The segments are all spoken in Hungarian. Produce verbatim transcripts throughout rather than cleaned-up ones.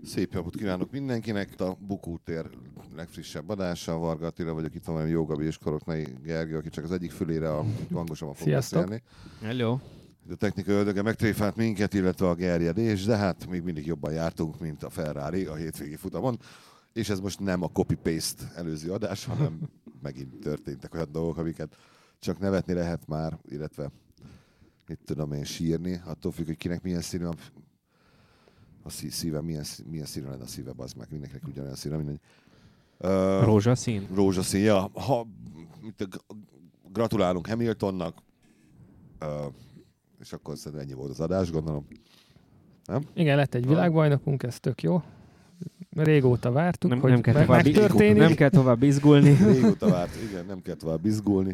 Szép napot kívánok mindenkinek! A Bukótér legfrissebb adása. Varga Attila vagyok, itt van velem Jó Gabi és Koroknai Gergő, aki csak az egyik fülére a hangosabban fog beszélni. Hello! A technika ördöge megtréfált minket, illetve a gerjedés, de hát még mindig jobban jártunk, mint a Ferrari a hétvégi futamon. És ez most nem a copy-paste előző adás, hanem megint történtek olyan dolgok, amiket csak nevetni lehet már, illetve mit tudom én, sírni, attól függ, hogy kinek milyen színű a, a szíve, milyen, milyen színű lenne a szíve, az meg mindenkinek ugyanolyan színű, mindegy. Uh, rózsaszín? Rózsaszín, ja. Ha, gratulálunk Hamiltonnak, uh, és akkor szerintem ennyi volt az adás, gondolom. Nem? Igen, lett egy világbajnokunk, ez tök jó. Régóta vártuk, nem, hogy nem kell meg, tovább megtörténik. Nem kell tovább izgulni. Régóta várt, igen, nem kell tovább izgulni.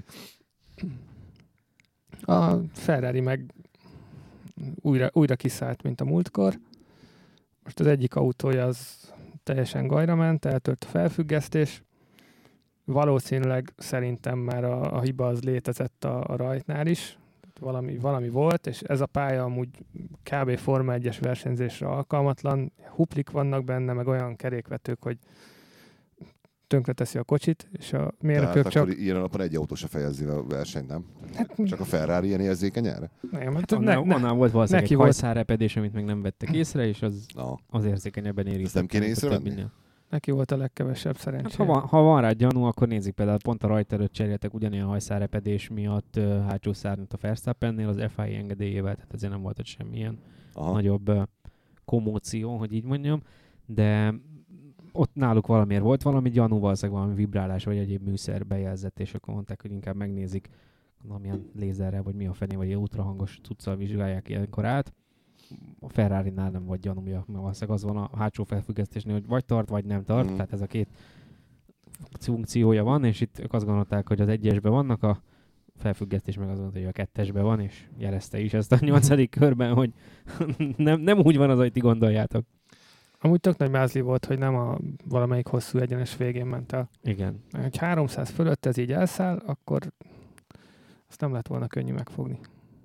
A Ferrari meg újra, újra kiszállt, mint a múltkor. Most az egyik autója az teljesen gajra ment, eltört a felfüggesztés. Valószínűleg szerintem már a, a hiba az létezett a, a rajtnál is. Valami, valami volt, és ez a pálya amúgy kb. Forma egyes versenyzésre alkalmatlan. Huplik vannak benne, meg olyan kerékvetők, hogy tönkreteszi a kocsit, és a mérnökök csak... akkor ilyen alapon egy autó se fejezi a versenyt, nem? Hát, csak a Ferrari ilyen érzékeny erre? Nem, hát annál, ne, annál volt valószínűleg egy volt... hajszárrepedés, amit még nem vettek észre, és az, no. az érzékenyebben érintett. Ezt nem kéne észrevenni? Neki volt a legkevesebb szerencsé. Hát, ha, van, ha van rá gyanú, akkor nézzük például pont a rajt előtt cseréltek ugyanilyen hajszárrepedés miatt uh, hátsó szárnyat a Verstappennél az ef i á engedélyével, tehát ezért nem volt ott semmilyen Aha. nagyobb uh, komóció, hogy így mondjam, de ott náluk valamiért volt valami gyanú, valószínűleg valami vibrálás vagy egyéb műszer bejelzett, és akkor mondták, hogy inkább megnézik valamilyen lézerrel, vagy mi a fené, vagy ultrahangos cuccal vizsgálják ilyenkor át. A Ferrari-nál nem volt gyanúja, mert valószínűleg az van a hátsó felfüggesztésnél, hogy vagy tart, vagy nem tart, mm. tehát ez a két funkciója van, és itt ők azt gondolták, hogy az egyesben vannak, a felfüggesztés meg azt mondta, hogy a kettesben van, és jelezte is ezt a nyolcadik körben, hogy nem, nem úgy van az, hogy ti gondoljátok. Amúgy tök nagy mázli volt, hogy nem a valamelyik hosszú egyenes végén ment el. Igen. Ha háromszáz fölött ez így elszáll, akkor azt nem lett volna könnyű megfogni.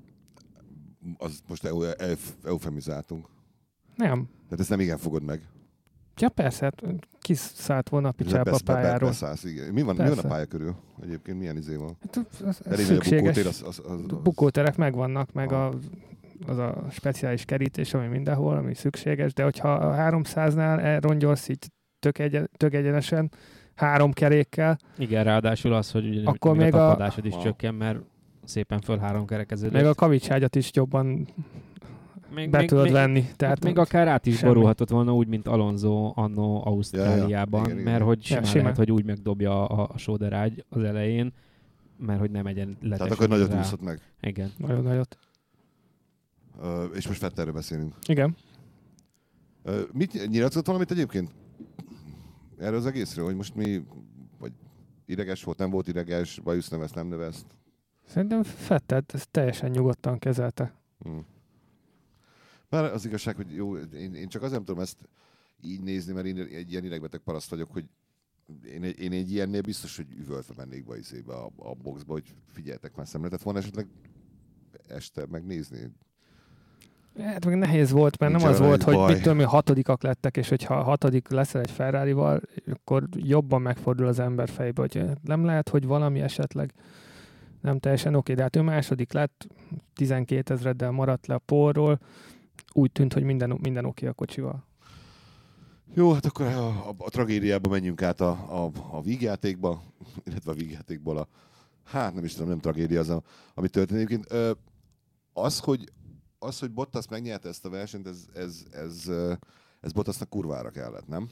Az most eufemizáltunk. Nem. Tehát ezt nem igen fogod meg. Ja persze, hát kiszállt volna a picsába a pályáról. Beszállsz, igen. Mi van, mi van a pálya körül? Egyébként milyen izé van? Hát, az, az Elég szükséges. a bukótér, az, az, az, az... Bukóterek megvannak, meg a, az a speciális kerítés, ami mindenhol, ami szükséges, de hogyha a háromszáznál elrongyolsz így tök, egyen, tök egyenesen, három kerékkel. Igen, ráadásul az, hogy akkor még a tapadásod a... is wow. csökken, mert szépen föl három kerekeződés. Meg a kavicságyadat is jobban még, be még, tudod még, venni. Tehát Tehát még akár át is semmi. borulhatott volna úgy, mint Alonso annó Ausztráliában, ja, ja. Igen, mert igen. hogy simán, ja, simán lehet, hogy úgy megdobja a, a sóderágy az elején, mert hogy nem egyenletes. Tehát akkor nagyot úszott meg. Igen. Nagyon nagyot. Uh, és most Vettelről beszélünk. Igen. Uh, mit nyilatkozott valamit egyébként? Erről az egészről, hogy most mi, vagy ideges volt, nem volt ideges, bajusz neveszt, nem neveszt? Szerintem Vettel ezt teljesen nyugodtan kezelte. Hmm. Bár az igazság, hogy jó, én, én csak azért nem tudom ezt így nézni, mert én egy ilyen idegbeteg paraszt vagyok, hogy én egy, én egy ilyennél biztos, hogy üvöltve mennék be izébe a, a boxba, hogy figyeltek már szemletet volna esetleg este megnézni. Hát meg nehéz volt, mert Nincs nem az volt, baj. hogy mit tudom, hatodikak lettek, és hogyha a hatodik leszel egy Ferrarival, akkor jobban megfordul az ember fejbe, hogy nem lehet, hogy valami esetleg nem teljesen oké, de hát ő második lett, tizenkétezreddel maradt le a pólról, úgy tűnt, hogy minden, minden oké a kocsival. Jó, hát akkor a, a, a tragédiába menjünk át a, a, a vígjátékba, illetve a vígjátékból a, hát nem is tudom, nem tragédia az, a, ami történik. Az, hogy Az, hogy Bottas megnyerte ezt a versenyt, ez, ez, ez, ez Bottasnak kurvára kellett, nem?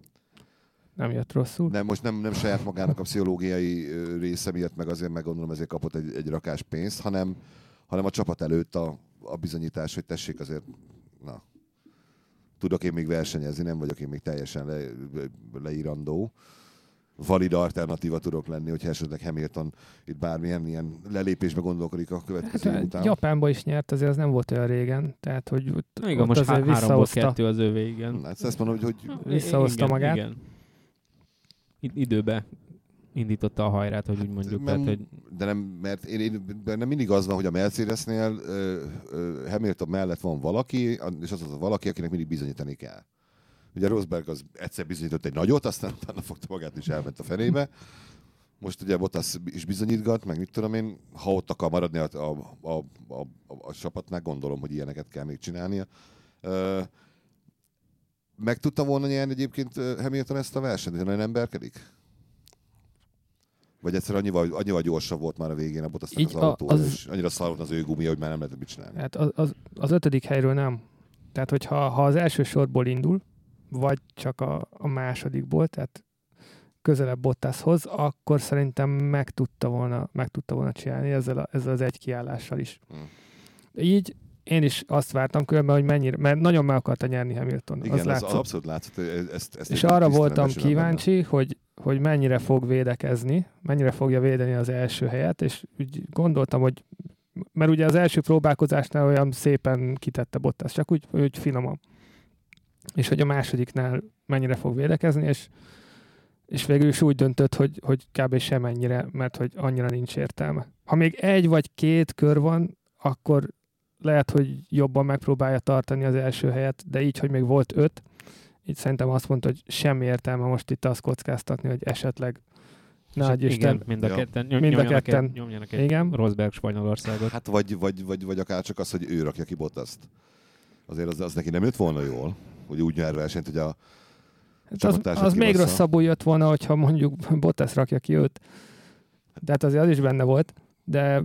Nem jött rosszul. Nem, most nem, nem saját magának a pszichológiai része miatt, meg azért meg gondolom ezért kapott egy, egy rakás pénzt, hanem, hanem a csapat előtt a, a bizonyítás, hogy tessék azért, na, tudok én még versenyezni, nem vagyok én még teljesen le, leírandó. Valid alternatíva tudok lenni, hogyha esetleg Hamilton itt bármilyen ilyen lelépésbe gondolkodik a következő hát, után. Japánban is nyert, azért az nem volt olyan régen, tehát hogy ott, igen, ott most azért há- visszahozta. kettő az övé, igen. Hát ezt mondom, hogy, hogy visszahozta igen, magát. Igen. Időbe indította a hajrát, hogy úgy mondjuk. Nem, tehát, hogy... De nem, mert én, én, nem mindig az van, hogy a Mercedesnél uh, uh, Hamilton mellett van valaki, és az az a valaki, akinek mindig bizonyítani kell. Ugye Rosberg az egyszer bizonyított egy nagyot, aztán utána fogta magát és elment a fenébe. Most ugye Bottas is bizonyítgat, meg mit tudom én, ha ott akar maradni a, a, a, a, a, a csapatnál, gondolom, hogy ilyeneket kell még csinálnia. Uh, meg tudta volna nyerni egyébként Hamilton ezt a versenyt, hogy nagyon emberkedik? Vagy egyszer annyival, annyival gyorsabb volt már a végén a Bottasnak az autó, az... és annyira szar volt az ő gumia, hogy már nem lehetett mit csinálni. Hát az, az, az ötödik helyről nem. Tehát, hogyha ha az első sorból indul, vagy csak a, a másodikból, tehát közelebb Bottashoz, akkor szerintem meg tudta volna, meg tudta volna csinálni ezzel, a, ezzel az egy kiállással is. Hmm. Így én is azt vártam különben, hogy mennyire, mert nagyon meg akarta nyerni Hamilton. Igen, az ez látszott. abszolút látszott. Ezt, ezt és arra voltam kíváncsi, hogy, hogy mennyire fog védekezni, mennyire fogja védeni az első helyet, és úgy gondoltam, hogy mert ugye az első próbálkozásnál olyan szépen kitette Bottas, csak úgy, úgy finoman. És hogy a másodiknál mennyire fog védekezni, és, és végül is úgy döntött, hogy, hogy kb. Semennyire, mert hogy annyira nincs értelme. Ha még egy vagy két kör van, akkor lehet, hogy jobban megpróbálja tartani az első helyet, de így, hogy még volt öt, így szerintem azt mondta, hogy semmi értelme most itt azt kockáztatni, hogy esetleg nagy Isten. Igen, mind a ketten, nyom, mind a nyomjanak, ketten. Egy, nyomjanak egy Igen. Rosberg Spanyolországot. Hát vagy, vagy, vagy, vagy akár csak az, hogy ő rakja ki Bottaszt. Azért az, az neki nem jött volna jól, hogy úgy nyer versenyt, hogy a hát az, az még rosszabbul jött volna, hogyha mondjuk Bottas rakja ki őt. De hát azért az is benne volt, de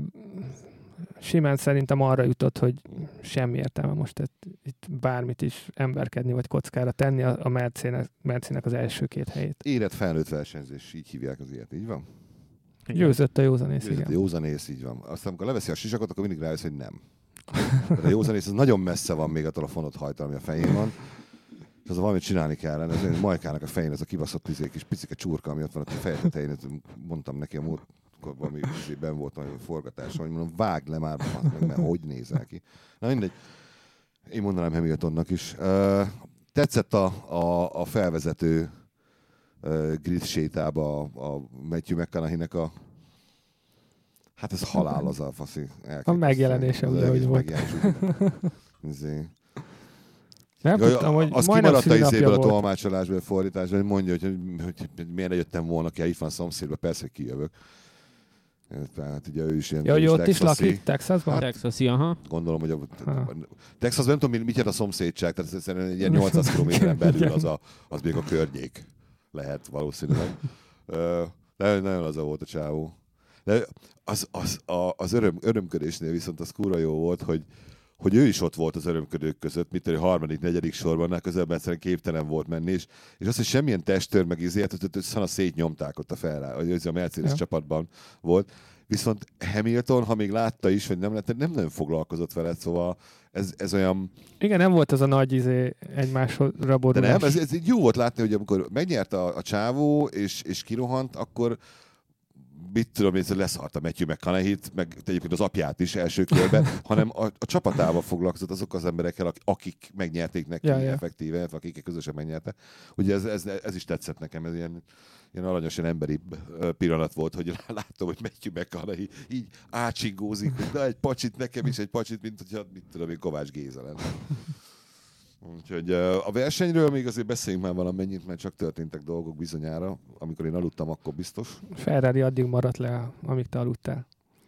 simán szerintem arra jutott, hogy semmi értelme most itt, itt bármit is emberkedni, vagy kockára tenni a, a Mercének, Mercének az első két helyét. Érett felnőtt versenyzés, így hívják az ilyet, így van? Győzött a józanész, igen. A józanész, így van. Aztán amikor leveszi a sisakot, akkor mindig rájössz, hogy nem. A józanész az nagyon messze van még attól a fonott hajtal, ami a fején van. És az valamit csinálni kellene. Ez Majkának a fején ez a kibaszott izé, kis picike csurka, ami ott van a fejtetején. Mondtam neki a múlt, valami ben volt valami forgatás, hogy mondom, vágd le már, meg, mert hogy nézel ki. Na mindegy. Én mondanám Hamiltonnak is. Uh, tetszett a, a, a felvezető uh, grid sétába a, a Matthew McConaughey-nek a hát ez halál az a faszi. A megjelenése ugye, hogy volt. Nem ja, tudtam, hogy az kimaradt a izéből a tolmácsolásból, a fordításból, hogy mondja, hogy, hogy, hogy miért ne jöttem volna ki, itt van a szomszédban, persze, hogy kijövök. Tehát ugye ő is ilyen ja, jó, ott is lakik Texasban? Hát, Texasi, aha. Gondolom, hogy a, a Texasban nem tudom, mit jelent a szomszédság, tehát szerintem egy ilyen nyolcszáz kilométeren belül az, a, az még a környék lehet valószínűleg. De nagyon az a volt a csávó. De az, az, a, az öröm, örömködésnél viszont az kurva jó volt, hogy hogy ő is ott volt az örömködők között, mint a harmadik, negyedik sorban, közelben egyszerűen képtelen volt menni, és, és azt, hogy semmilyen testőr meg izért, hogy szana szétnyomták ott a Ferrari, hogy a Mercedes ja. csapatban volt. Viszont Hamilton, ha még látta is, hogy nem lett, nem nagyon foglalkozott vele, szóval ez, ez olyan... Igen, nem volt az a nagy izé egymásra bodulás. De nem, ez, ez jó volt látni, hogy amikor megnyert a, a csávó, és, és kirohant, akkor mit tudom, hogy leszart a Matthew McConaughey-t, meg egyébként az apját is első körben, hanem a, a csapatával foglalkozott azok az emberekkel, akik megnyerték neki ja, effektíve, ja. akik közösen megnyerte. Ugye ez, ez, ez is tetszett nekem, ez ilyen, ilyen aranyos, ilyen emberi pillanat volt, hogy láttam, hogy Matthew McConaughey így átsingózik, hogy na, egy pacsit nekem is, egy pacsit, mint hogyha, mit tudom én, Kovács Géza lenne. Úgyhogy a versenyről még azért beszéljünk már valamennyit, mert csak történtek dolgok bizonyára. Amikor én aludtam, akkor biztos. Ferrari addig maradt le, amíg te aludtál.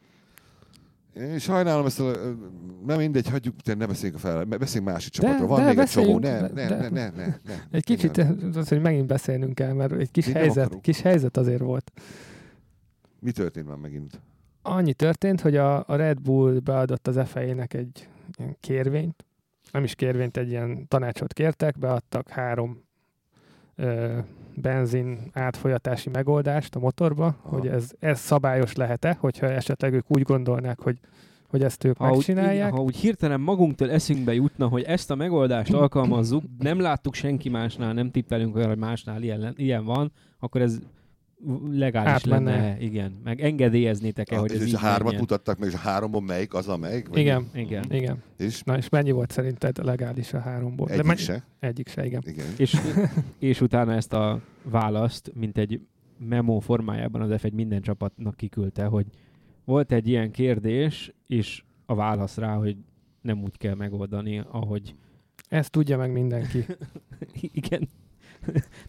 Én sajnálom ezt a... Nem mindegy, hagyjuk, ne beszéljünk a Ferrari, beszéljünk másik csapatról. Van de még egy csomó. Ne, de, ne, ne, ne, ne, ne. Egy kicsit az, hogy megint beszélnünk kell, mert egy kis helyzet, kis helyzet azért volt. Mi történt már megint? Annyi történt, hogy a, a Red Bull beadott az ef i á-nek egy ilyen kérvényt, nem is kérvényt, egy ilyen tanácsot kértek, beadtak három ö, benzin átfolyatási megoldást a motorba, Aha. hogy ez, ez szabályos lehet-e, hogyha esetleg ők úgy gondolnák, hogy, hogy ezt ők ha megcsinálják. Úgy, ha úgy hirtelen magunktól eszünkbe jutna, hogy ezt a megoldást alkalmazzuk, nem láttuk senki másnál, nem tippelünk olyan, hogy másnál ilyen, ilyen van, akkor ez legális Átmenne. lenne, igen. Meg engedélyeznétek-e, ah, hogy ez így így a hármat menjen. Mutattak meg, és a háromban melyik, az a melyik? Vagy igen, igen, igen. És? Na és mennyi volt szerinted legális a háromból? Egyik men- se. Egyik se, igen. igen. És, és utána ezt a választ, mint egy memo formájában az ef egy minden csapatnak kiküldte, hogy volt egy ilyen kérdés, és a válasz rá, hogy nem úgy kell megoldani, ahogy... Ezt tudja meg mindenki. Igen.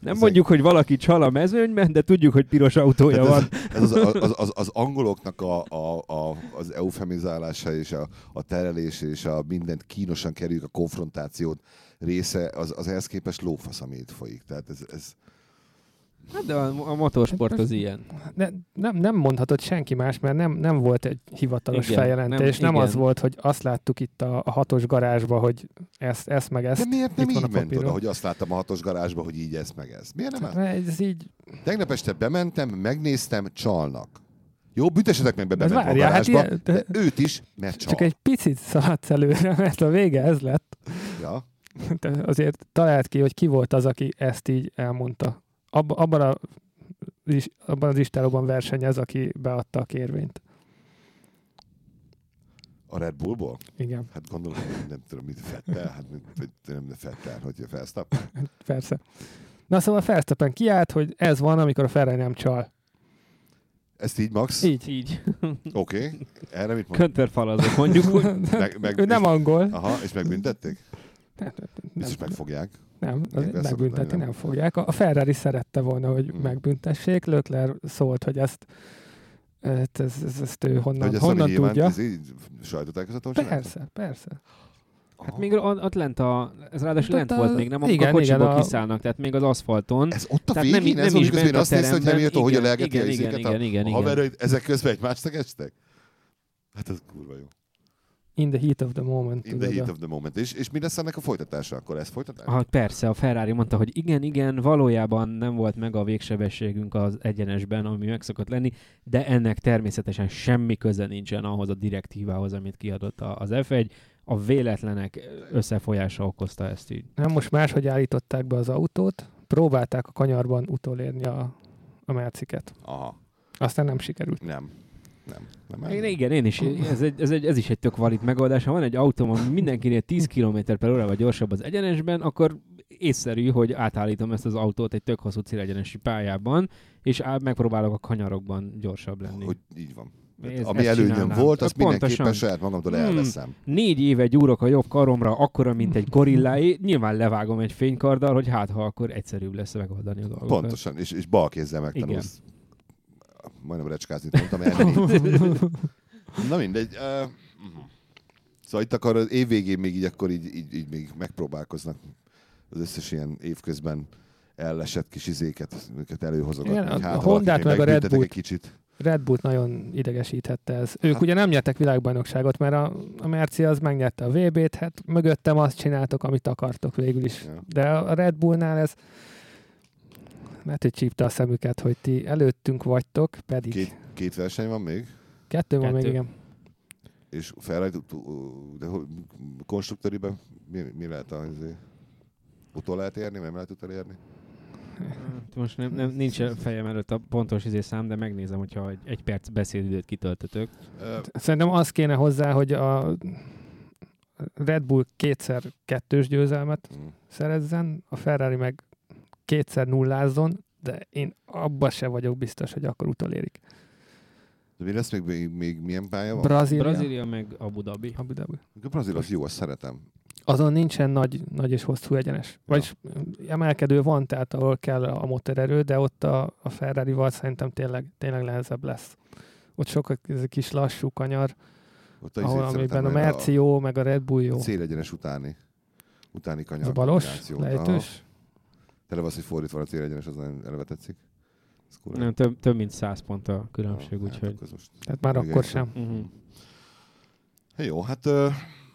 Nem mondjuk, hogy valaki csal a mezőnyben, de tudjuk, hogy piros autója ez, van. Ez az, az, az, az angoloknak a, a, a, az eufemizálása és a, a terelés és a mindent kínosan kerüljük, a konfrontációt része, az, az ehhez képest lófasz, ami itt folyik. Tehát ez... ez... Hát de a, a motorsport az ilyen. De nem, nem mondhatod senki más, mert nem, nem volt egy hivatalos Igen, feljelentés. nem, Nem, nem igen. az volt, hogy azt láttuk itt a, a hatos garázsba, hogy ezt, ezt meg ezt. De miért nem itt van így a ment papíron. oda, hogy azt láttam a hatos garázsba, hogy így ez meg ez? Miért nem? Tehát ez így... Tegnap este bementem, megnéztem, csalnak. Jó, büntessetek meg be, De bement a várjál, hát garázsba, ilyen- de de- őt is, mert csal. Csak egy picit szaladsz előre, mert a vége ez lett. Ja. De azért talált ki, hogy ki volt az, aki ezt így elmondta. Abba, abban, a, is- abban az istálóban versenyez, aki beadta a kérvényt. A Red Bullból? Igen, Hát gondolom, hogy nem tudom, mit Vettel, hát mit, mit, nem Vettel, hogy Verstappen. persze. Na szóval Verstappen kiállt, hogy ez van, amikor a Ferrari nem csal. Ezt így, Max? Így. Így. Oké. Okay. Erre mit mond? Könterfalazok, mondjuk úgy. Meg, meg, Ő nem és, angol. aha, és megbüntették? Nem, Biztos megfogják. nem, Még azért lesz megbüntetni szokott lenni, nem fogják. A Ferrari szerette volna, hogy Hmm. megbüntessék. Leclerc szólt, hogy ezt, ezt, ezt, ezt, ezt ő honnan, Hogy ezt honnan ami nyilván, tudja. ez így sajtótájékozaton csinálta? Persze, persze. Hát még ott ott lent a... Ez ráadásul Tehát lent a- volt még, nem? Amikor igen, a kocsiba igen, a- kiszállnak, tehát még az aszfalton. Ez ott a Tehát nem, végén? nem Ez van, is miközben bent én a azt néztem, hogy nem teremben. írta, hogy a Igen, lelgeti a igen, izéket igen, a, igen, a igen. haverőid, ezek közben egymást szegeztek? Hát ez kurva jó. In the heat of the moment. In the tudod, heat a- of the moment. És, és mi lesz ennek a folytatása? Akkor ez folytatás? Ah, persze, a Ferrari mondta, hogy igen, igen, valójában nem volt meg a végsebességünk az egyenesben, ami meg szokott lenni, de ennek természetesen semmi köze nincsen ahhoz a direktívához, amit kiadott a- az ef egy. A véletlenek összefolyása okozta ezt így. Nem, most máshogy állították be az autót, próbálták a kanyarban utolérni a, a Merciket. Aha. Aztán nem sikerült. Nem. Nem. Nem, nem. Én, igen, én is. Ez, egy, ez, egy, ez is egy tök valid megoldás. Ha van egy autóm, ami mindenkinél tíz kilométer per órával gyorsabb az egyenesben, akkor észszerű, hogy átállítom ezt az autót egy tök hosszú célegyenesi pályában, és á, megpróbálok a kanyarokban gyorsabb lenni. Hogy így van. Ez- Ami ezt előnyöm csinálnám. volt, azt Pontosan. mindenképpen saját magamtól Hmm. elveszem. Négy éve gyúrok a jobb karomra, akkora, mint egy gorilláé, nyilván levágom egy fénykarddal, hogy hát ha akkor egyszerűbb lesz megoldani a dolgokat. Pontosan, és, és bal kézzel megtanulsz. Majdnem recskázni tudtam elni. Na mindegy. Uh, uh-huh. Szóval itt akkor az év végén még így, akkor így, így, így még megpróbálkoznak az összes ilyen évközben ellesett kis izéket, őket előhozogatni. Igen, hogy a hát, Hondát valaki még meg a Red megbüntetek Bullt. egy kicsit. Red Bullt nagyon idegesíthette ez. Ők Hát- ugye nem nyertek világbajnokságot, mert a, a Merci az megnyerte a vé bét, hát mögöttem azt csináltok, amit akartok végül is. Ja. De a Red Bullnál ez lehet, hogy csípte a szemüket, hogy ti előttünk vagytok, pedig Két, két verseny van még, kettő van még, Kettő. igen. és Ferrari, de hogy- konstruktőriben mi, mi lehet a izé? Utol lehet érni, nem lehet utolérni? Hát most nem, nem, nincs a fejem előtt a pontos izé szám, de megnézem, hogyha egy, egy perc beszédidőt kitöltötök. Ö, Szerintem az kéne hozzá, hogy a Red Bull kétszer kettős győzelmet mm. szerezzen, a Ferrari meg kétszer nullázzon, de én abban se vagyok biztos, hogy akkor utolérik. De mi lesz még, még, még milyen pálya van? Brazília, Brazília meg Abu Dhabi. Abu Dhabi. A Brazil az jó, azt szeretem. Azon nincsen nagy, nagy és hosszú egyenes. Vagyis emelkedő van, tehát ahol kell a motorerő, de ott a, a Ferrari-val szerintem tényleg, tényleg nehezebb lesz. Ott sok ez a kis lassú kanyar, Ott ahol izét amiben szeretem, a mert Merci jó, meg a Red Bull jó. A célegyenes utáni, utáni kanyar. Ez a balos, kombináció. lejtős. Tele az, hogy fordítva a célegyenes, az nagyon eleve tetszik. Ez kurva. Nem, több, több mint száz pont a különbség, Ah, úgyhogy... hát akkor most Tehát már igen, akkor igen. sem. Uh-huh. Hey, jó, hát uh,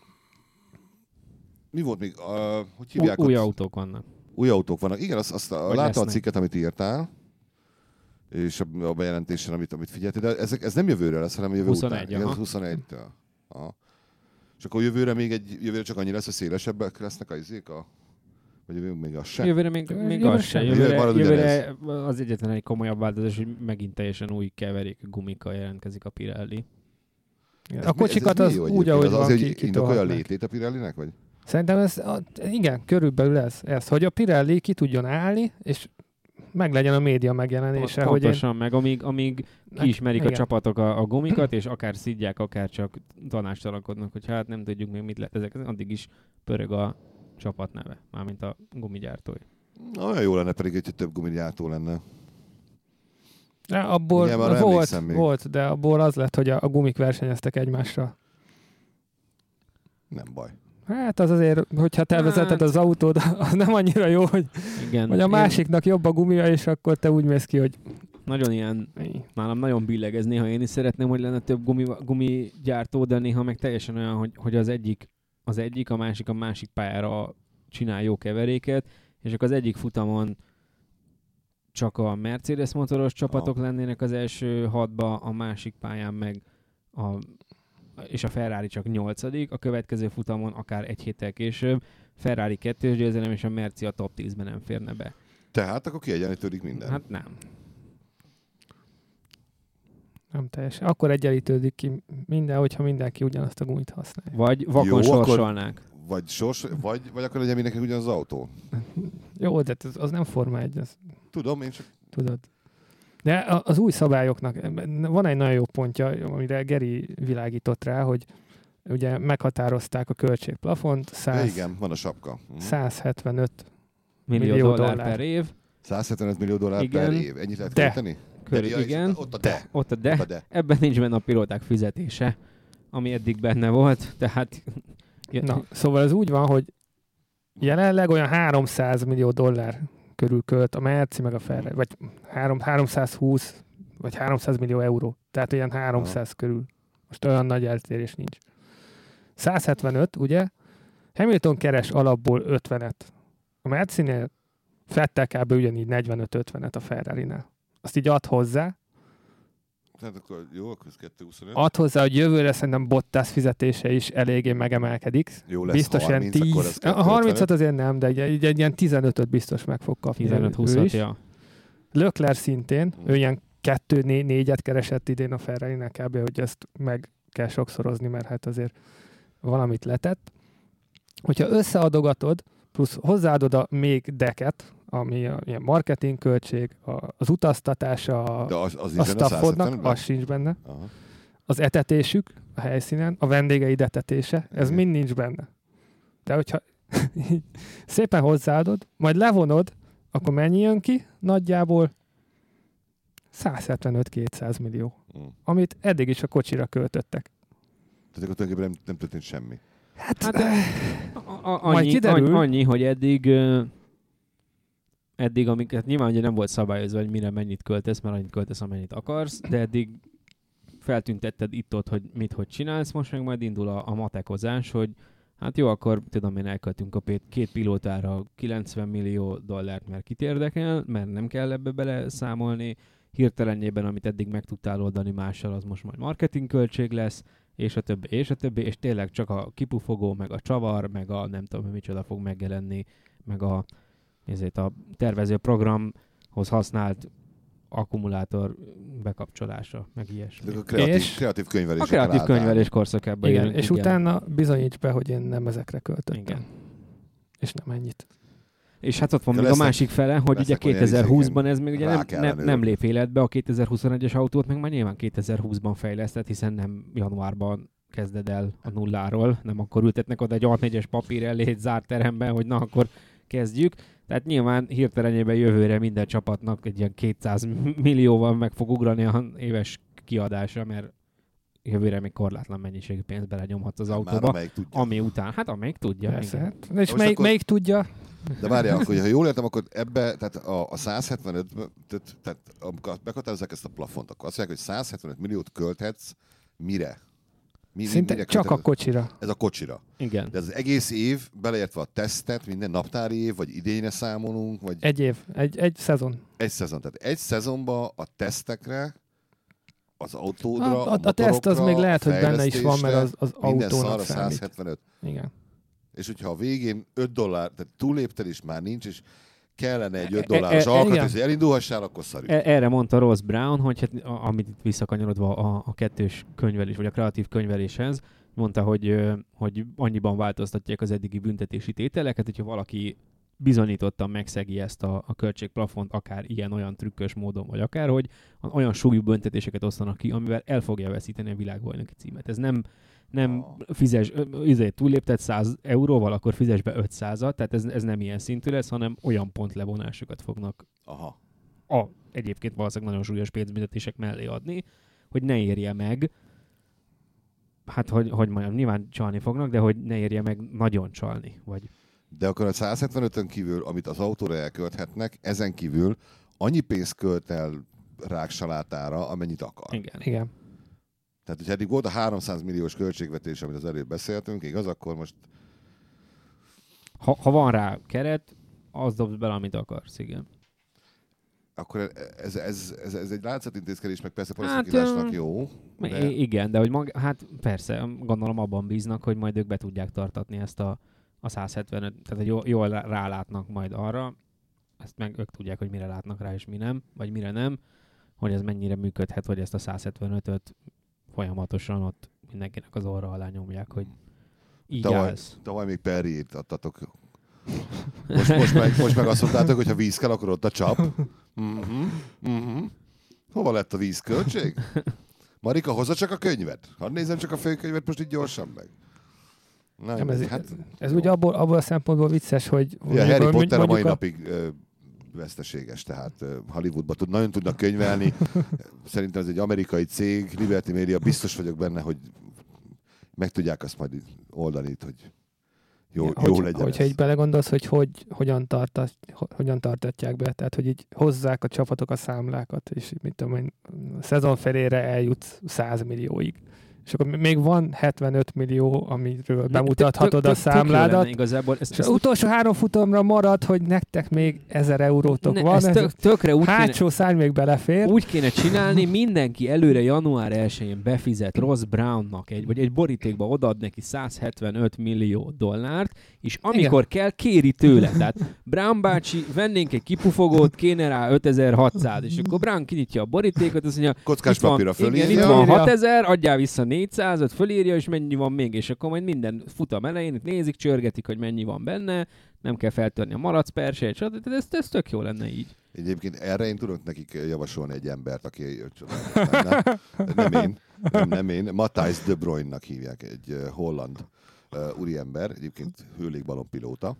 mi volt még? Uh, hogy Új, hívják új ott? autók vannak. Új autók vannak. Igen, azt, azt a, Vagy láttam lesznek. a cikket, amit írtál, és a, a bejelentésen, amit, amit figyeltél, de ezek, ez nem jövőre lesz, hanem jövő huszonegy, után. Igen, aha. ez huszonegytől. Aha. És akkor jövőre még egy, jövőre csak annyi lesz, hogy szélesebbek lesznek a izék, a, vagy jövő még az sem. Jövőre még, még Jövőre az sem. sem. Jövőre, Marad jövőre az egyetlen egy komolyabb változás, hogy megint teljesen új keverék gumikkal jelentkezik a Pirelli. Igen. Ez A mi- ez- kocsikat ez az mi jó úgy, egyébként? ahogy az van, azért, ki, hogy indokolja a kitolhatnák. létét a Pirellinek, vagy? Szerintem ez, a, igen, körülbelül ez, ez, hogy a Pirelli ki tudjon állni, és meg legyen a média megjelenése, hogy én... Pontosan, meg amíg, amíg kiismerik a igen. csapatok a, a gumikat, és akár szidják, akár csak tanácstalankodnak, hogy hát nem tudjuk még mit lehet ezek, addig is pörög a csapat neve, mármint a gumigyártói. Olyan jó lenne pedig, hogy több gumigyártó lenne. Ja, abból Igen, volt, volt, de abból az lett, hogy a, a gumik versenyeztek egymásra. Nem baj. Hát az azért, hogyha te vezeted az autód, az nem annyira jó, hogy, igen, hogy a másiknak jobb a gumia, és akkor te úgy mész ki, hogy... Nagyon ilyen, nálam nagyon billeg ez néha, én is szeretném, hogy lenne több gumi, gumigyártó, de néha meg teljesen olyan, hogy, hogy az egyik az egyik, a másik a másik pályára csinál jó keveréket, és akkor az egyik futamon csak a Mercedes motoros csapatok ah. lennének az első hatba, a másik pályán meg a, és a Ferrari csak nyolcadik, a következő futamon akár egy héttel később Ferrari kettős győzelem, és a Merci a top tízben nem férne be. Tehát akkor kiegyenlítődik minden? Hát nem. Nem teljesen. Akkor egyenlítődik ki minden, hogyha mindenki ugyanazt a gumit használja. Vagy vakon Jó, sorsolnák. Akkor, vagy, sors, vagy, vagy akkor legyen mindenki ugyanaz az autó. Jó, de az, az nem Forma egy. Az... Tudom, én csak... Tudod. De az új szabályoknak van egy nagyon jó pontja, amire Geri világított rá, hogy ugye meghatározták a költségplafont. száz, igen, van a sapka. Uh-huh. százhetvenöt millió, millió dollár, dollár per év. százhetvenöt millió dollár igen. per év. Ennyit lehet költeni? Körül, ja, igen. Ott a de. Ott a de. Ott a de. Ebben nincs benne a pilóták fizetése, ami eddig benne volt, tehát... Na, szóval ez úgy van, hogy jelenleg olyan háromszáz millió dollár körül költ a Merci meg a Ferrari, vagy háromszázhúsz, vagy háromszáz millió euró. Tehát olyan háromszáz Aha. körül. Most olyan nagy eltérés nincs. százhetvenöt, ugye? Hamilton keres alapból ötvenet. A Merci-nél Vettel kb. Ugyanígy negyvenöt-ötvenet a Ferrari-nál. Azt így ad hozzá. Tehát akkor jó, akkor ez kettőszázhuszonöt. Ad hozzá, hogy jövőre szerintem Bottas fizetése is eléggé megemelkedik. Jó lesz biztos harminc, tíz, akkor ez a harmincat azért nem, de egy, egy, egy ilyen tizenötöt biztos meg fog kapni. tizenöt-húszat, ja. Leclerc szintén, hmm. ő ilyen kettő né- négyet keresett idén a Ferrari-nál kb., hogy ezt meg kell sokszorozni, mert hát azért valamit letett. Hogyha összeadogatod, plusz hozzáadod a még deket, ami a ilyen marketing költség, a, az utaztatása a, az, az a staffodnak, az sincs benne. Aha. Az etetésük a helyszínen, a vendégeid etetése, ez Igen. mind nincs benne. De hogyha szépen hozzáadod, majd levonod, akkor mennyi jön ki? Nagyjából százhetvenöt-kétszáz millió, mm. amit eddig is a kocsira költöttek. Tehát akkor tulajdonképpen nem, nem történt semmi. Hát, hát a, a, annyi, annyi, annyi, hogy eddig uh, eddig, amiket nyilván ugye nem volt szabályozva, hogy mire mennyit költesz, mert annyit költesz, amennyit akarsz, de eddig feltüntetted itt-ott, hogy mit, hogy csinálsz, most meg majd indul a, a matekozás, hogy hát jó, akkor tudom én elköltünk a két pilótára kilencven millió dollárt, mert kit érdekel, mert nem kell ebbe bele számolni, hirtelenjében, amit eddig meg tudtál oldani mással, az most majd marketingköltség lesz, és a többi, és a többi, és tényleg csak a kipufogó, meg a csavar, meg a nem tudom, micsoda fog megjelenni, meg a, ezért a tervező programhoz használt akkumulátor bekapcsolása, meg ilyesmi. A kreatív, és kreatív könyvelés. A kreatív könyvelés korszakában. Igen, és igen. utána bizonyíts be, hogy én nem ezekre költöttem. Igen. És nem ennyit. És hát ott van még a másik fele, hogy ugye kétezer-húszban ez még ugye nem, nem, nem lép életbe, a kétezer-huszonegyes autót meg már nyilván kétezer-húszban fejlesztett, hiszen nem januárban kezded el a nulláról, nem akkor ültetnek oda egy á négyes papír elé egy zárt teremben, hogy na akkor kezdjük. Tehát nyilván hirtelenjében jövőre minden csapatnak egy ilyen kétszáz millióval meg fog ugrani a éves kiadása, mert jövőre még korlátlan mennyiségű pénzt belenyomhatsz az autóba, ami után, hát amelyik tudja. Hát. És melyik, akkor... melyik tudja? De várjál, akkor, ha jól értem, akkor ebbe, tehát a, a százhetvenöt, tehát, tehát amikor meghatározzák ezt a plafont, akkor azt mondják, hogy százhetvenöt milliót költhetsz mire? Mi, Szinte mire csak a kocsira. Ez a kocsira. Igen. De ez az egész év, beleértve a tesztet, minden naptári év, vagy idényre számolunk, vagy... Egy év, egy, egy szezon. Egy szezon, tehát egy szezonban a tesztekre, az autódra, a, a, a, a teszt az még lehet, hogy benne is van, mert az, az autónak számít. százhetvenöt. Igen. És hogyha a végén öt dollár, tehát túlépted is már nincs, és kellene egy öt dolláros e, e, alkat, hogy elindulhassál, akkor szarjuk. E, erre mondta Ross Brown, hogy hát, amit itt visszakanyarodva a, a kettős könyvelés, vagy a kreatív könyveléshez, mondta, hogy, hogy annyiban változtatják az eddigi büntetési tételeket, hogyha valaki bizonyítottan megszegi ezt a, a költségplafont, akár ilyen-olyan trükkös módon, vagy akár, hogy olyan súlyú büntetéseket osztanak ki, amivel el fogja veszíteni a világbajnoki címet. Ez nem, nem fizes, izé, túllépted száz euróval, akkor fizes be ötszázat, tehát ez, ez nem ilyen szintű lesz, hanem olyan pontlevonásokat fognak Aha. a egyébként valószínűleg nagyon súlyos pénzbüntetések mellé adni, hogy ne érje meg, hát hogy, hogy mondjam, nyilván csalni fognak, de hogy ne érje meg nagyon csalni, vagy... De akkor a száz hetvenötön kívül, amit az autóra elkölthetnek, ezen kívül annyi pénzt költ el ráksalátára, amennyit akar. Igen. Igen. Tehát, hogy eddig volt a háromszáz milliós költségvetés, amit az előbb beszéltünk, igaz, akkor most... Ha, ha van rá keret, az dobsz bele, amit akarsz, igen. Akkor ez, ez, ez, ez egy látszatintézkedés, meg persze Hát, parasztokizásnak jó. De... Igen, de hogy mag... hát persze, gondolom abban bíznak, hogy majd ők be tudják tartatni ezt a, a száz hetvenöt, tehát hogy jól, jól rálátnak majd arra, ezt meg ők tudják, hogy mire látnak rá és mi nem, vagy mire nem, hogy ez mennyire működhet, hogy ezt a száz hetvenötöt folyamatosan ott mindenkinek az orra alá nyomják, hogy így tavaly, állsz. Tavaly még Perriét adtatok. Most, most, meg, most meg azt mondtátok, hogy ha víz kell, akkor ott a csap. Uh-huh, uh-huh. Hova lett a vízköltség? Marika, hozza csak a könyvet. Hadd nézem csak a főkönyvet most így gyorsan meg. Na, Nem, ez, hát, ez ugye abból, abból a szempontból vicces, hogy... Ja, Harry mondjuk, Potter a mai a... napig ö, veszteséges, tehát ö, Hollywoodban tud, nagyon tudnak könyvelni. Szerintem ez egy amerikai cég, Liberty Media, biztos vagyok benne, hogy meg tudják azt majd oldani, hogy jó, ja, jó hogy, legyen. Hogyha így belegondolsz, hogy, hogy hogyan, tartat, hogyan tartatják be, tehát hogy így hozzák a csapatok a számlákat, és mit tudom én, a szezon felére eljut száz millióig. És akkor még van hetvenöt millió, amiről bemutathatod a számládat. Igazából. És az utolsó három futamra marad, hogy nektek még ezer eurótok ne, van. Ez tök, tökre úgy hátsó kéne, szárny még belefér. Úgy kéne csinálni, mindenki előre január elsején befizet Ross Brownnak egy, vagy egy borítékba odaad neki száz hetvenöt millió dollárt, és amikor igen. kell, kéri tőle. Tehát Brown bácsi, vennénk egy kipufogót, kéne rá ötezer-hatszáz, és akkor Brown kinyitja a borítékot, azt mondja, kockás papírra fölírja. Igen, itt van hatezer, adjál vissza négyszázat, fölírja, és mennyi van még, és akkor majd minden futam elején itt nézik, csörgetik, hogy mennyi van benne, nem kell feltörni a malacpersét, stb. Ez, ez tök jó lenne így. Egyébként erre én tudok nekik javasolni egy embert, aki nem, nem én, nem, nem én, Matthijs de Bruyne-nak hívják, egy holland uh, úriember, egyébként hőlégballonpilóta.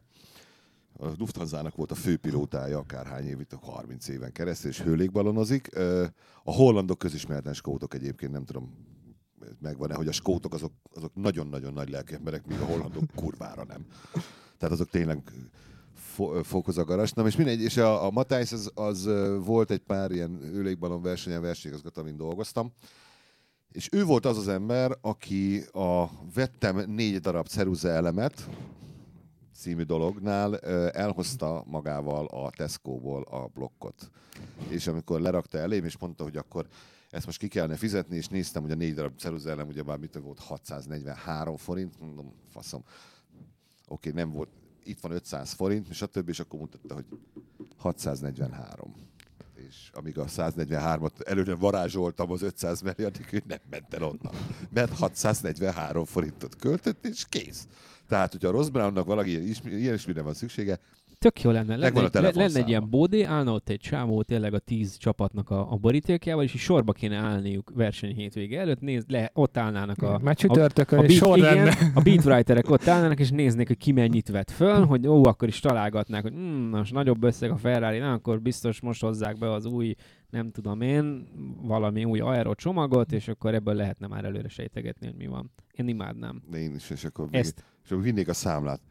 A Lufthansa-nak volt a főpilótája akárhány év, itt harminc éven keresztül, és hőlégballonozik. Uh, a hollandok közismeretlen skótok egyébként, nem tudom, megvan-e, hogy a skótok azok, azok nagyon-nagyon nagy lelkemberek, míg a hollandok kurvára nem. Tehát azok tényleg fo- fokozagaras. Na és mindegy, és a, a Matthijs az, az volt egy pár ilyen hőlégballon versenyen versenyigazgató, amin dolgoztam, és ő volt az az ember, aki a vettem négy darab ceruza elemet című dolognál elhozta magával a Tesco-ból a blokkot. És amikor lerakta elém, és mondta, hogy akkor ezt most ki kellene fizetni, és néztem, hogy a négy darab ceruza elem ugyebár mit volt hatszáznegyvenhárom forint, mondom, faszom. Oké, nem volt, itt van ötszáz forint, és a többi, és akkor mutatta, hogy hatszáznegyvenhárom. És amíg a száznegyvenhármat előre varázsoltam az ötszáz mellé, addig ő nem ment el onnan. Mert hatszáznegyvenhárom forintot költött, és kész. Tehát, hogyha a Ross Brownnak valaki ilyen, ilyen ismire van szüksége, tök jó lenne. Lenne, egy, lenne egy ilyen bódé, állna ott egy csávó tényleg a tíz csapatnak a, a borítékjával, és így sorba kéne állniuk verseny hétvége előtt, néz, le, ott állnának a, már csütörtökön a, a, beat, sor igen, lenne. a beatwriterek ott állnának, és néznék, hogy ki mennyit vett föl, hogy ó, akkor is találgatnák, hogy mm, most nagyobb összeg a Ferrari, na, akkor biztos most hozzák be az új, nem tudom én, valami új aero csomagot, és akkor ebből lehetne már előre sejtegetni, hogy mi van. Én imádnám. Én is, és akkor, Ezt... még, és akkor vinnék a számlát.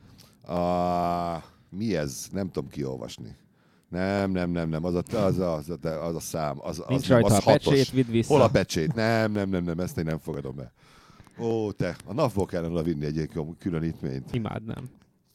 A... Mi ez? Nem tudom kiolvasni. Nem, nem, nem, nem. Az a, az a, az a, az a szám. Az, Nincs az, rajta az a pecsét, vidd vissza. Hol a pecsét? Nem, nem, nem, nem. Ezt én nem fogadom be. Ó, te. A napból kellene oda vinni egy különítményt. Imádnám.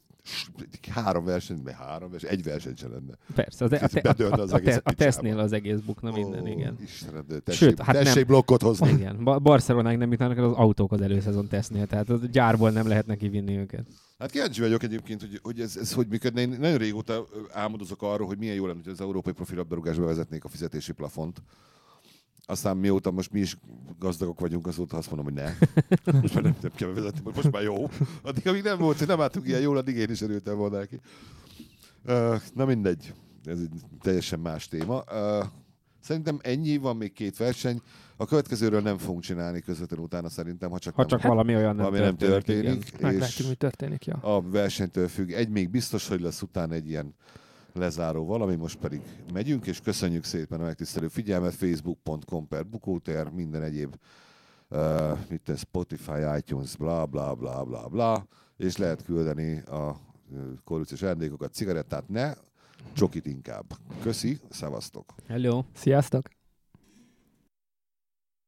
Három versenyben, három verseny, egy verseny sem lenne. Persze, az, a, te, a, a, a, te, a tesztnél az egész bukna minden, oh, igen. Istenem, tessék, Sőt, hát tessék nem, blokkot hozni. Igen, Barcelonák nem jutnának az autók az előszezon tesznél, tehát a gyárból nem lehet neki vinni őket. Hát kíváncsi vagyok egyébként, hogy, hogy ez, ez hogy működne. Én nagyon régóta álmodozok arról, hogy milyen jó lenne, hogy az európai profi labdarúgásba vezetnék a fizetési plafont. Aztán mióta most mi is gazdagok vagyunk, azóta azt mondom, hogy ne. Most már nem, nem kell vezetni, most már jó. Addig, amíg nem volt, hogy nem álltunk ilyen jól, addig én is örültem volna neki. Uh, na mindegy, ez egy teljesen más téma. Uh, szerintem ennyi, van még két verseny. A következőről nem fogunk csinálni közvetlenül utána szerintem, ha csak, ha nem, csak valami olyan nem valami nem történik. történik. Meglátjuk, mi történik, ja. A versenytől függ. Egy még biztos, hogy lesz utána egy ilyen lezáró valami, most pedig megyünk, és köszönjük szépen a megtisztelő figyelmet. facebook pont com per bukóter, minden egyéb uh, mit ez, Spotify, iTunes, bla bla bla bla bla, és lehet küldeni a korrupciós ajándékokat, cigarettát ne, csokit inkább. Köszi, szevasztok! Hello! Sziasztok!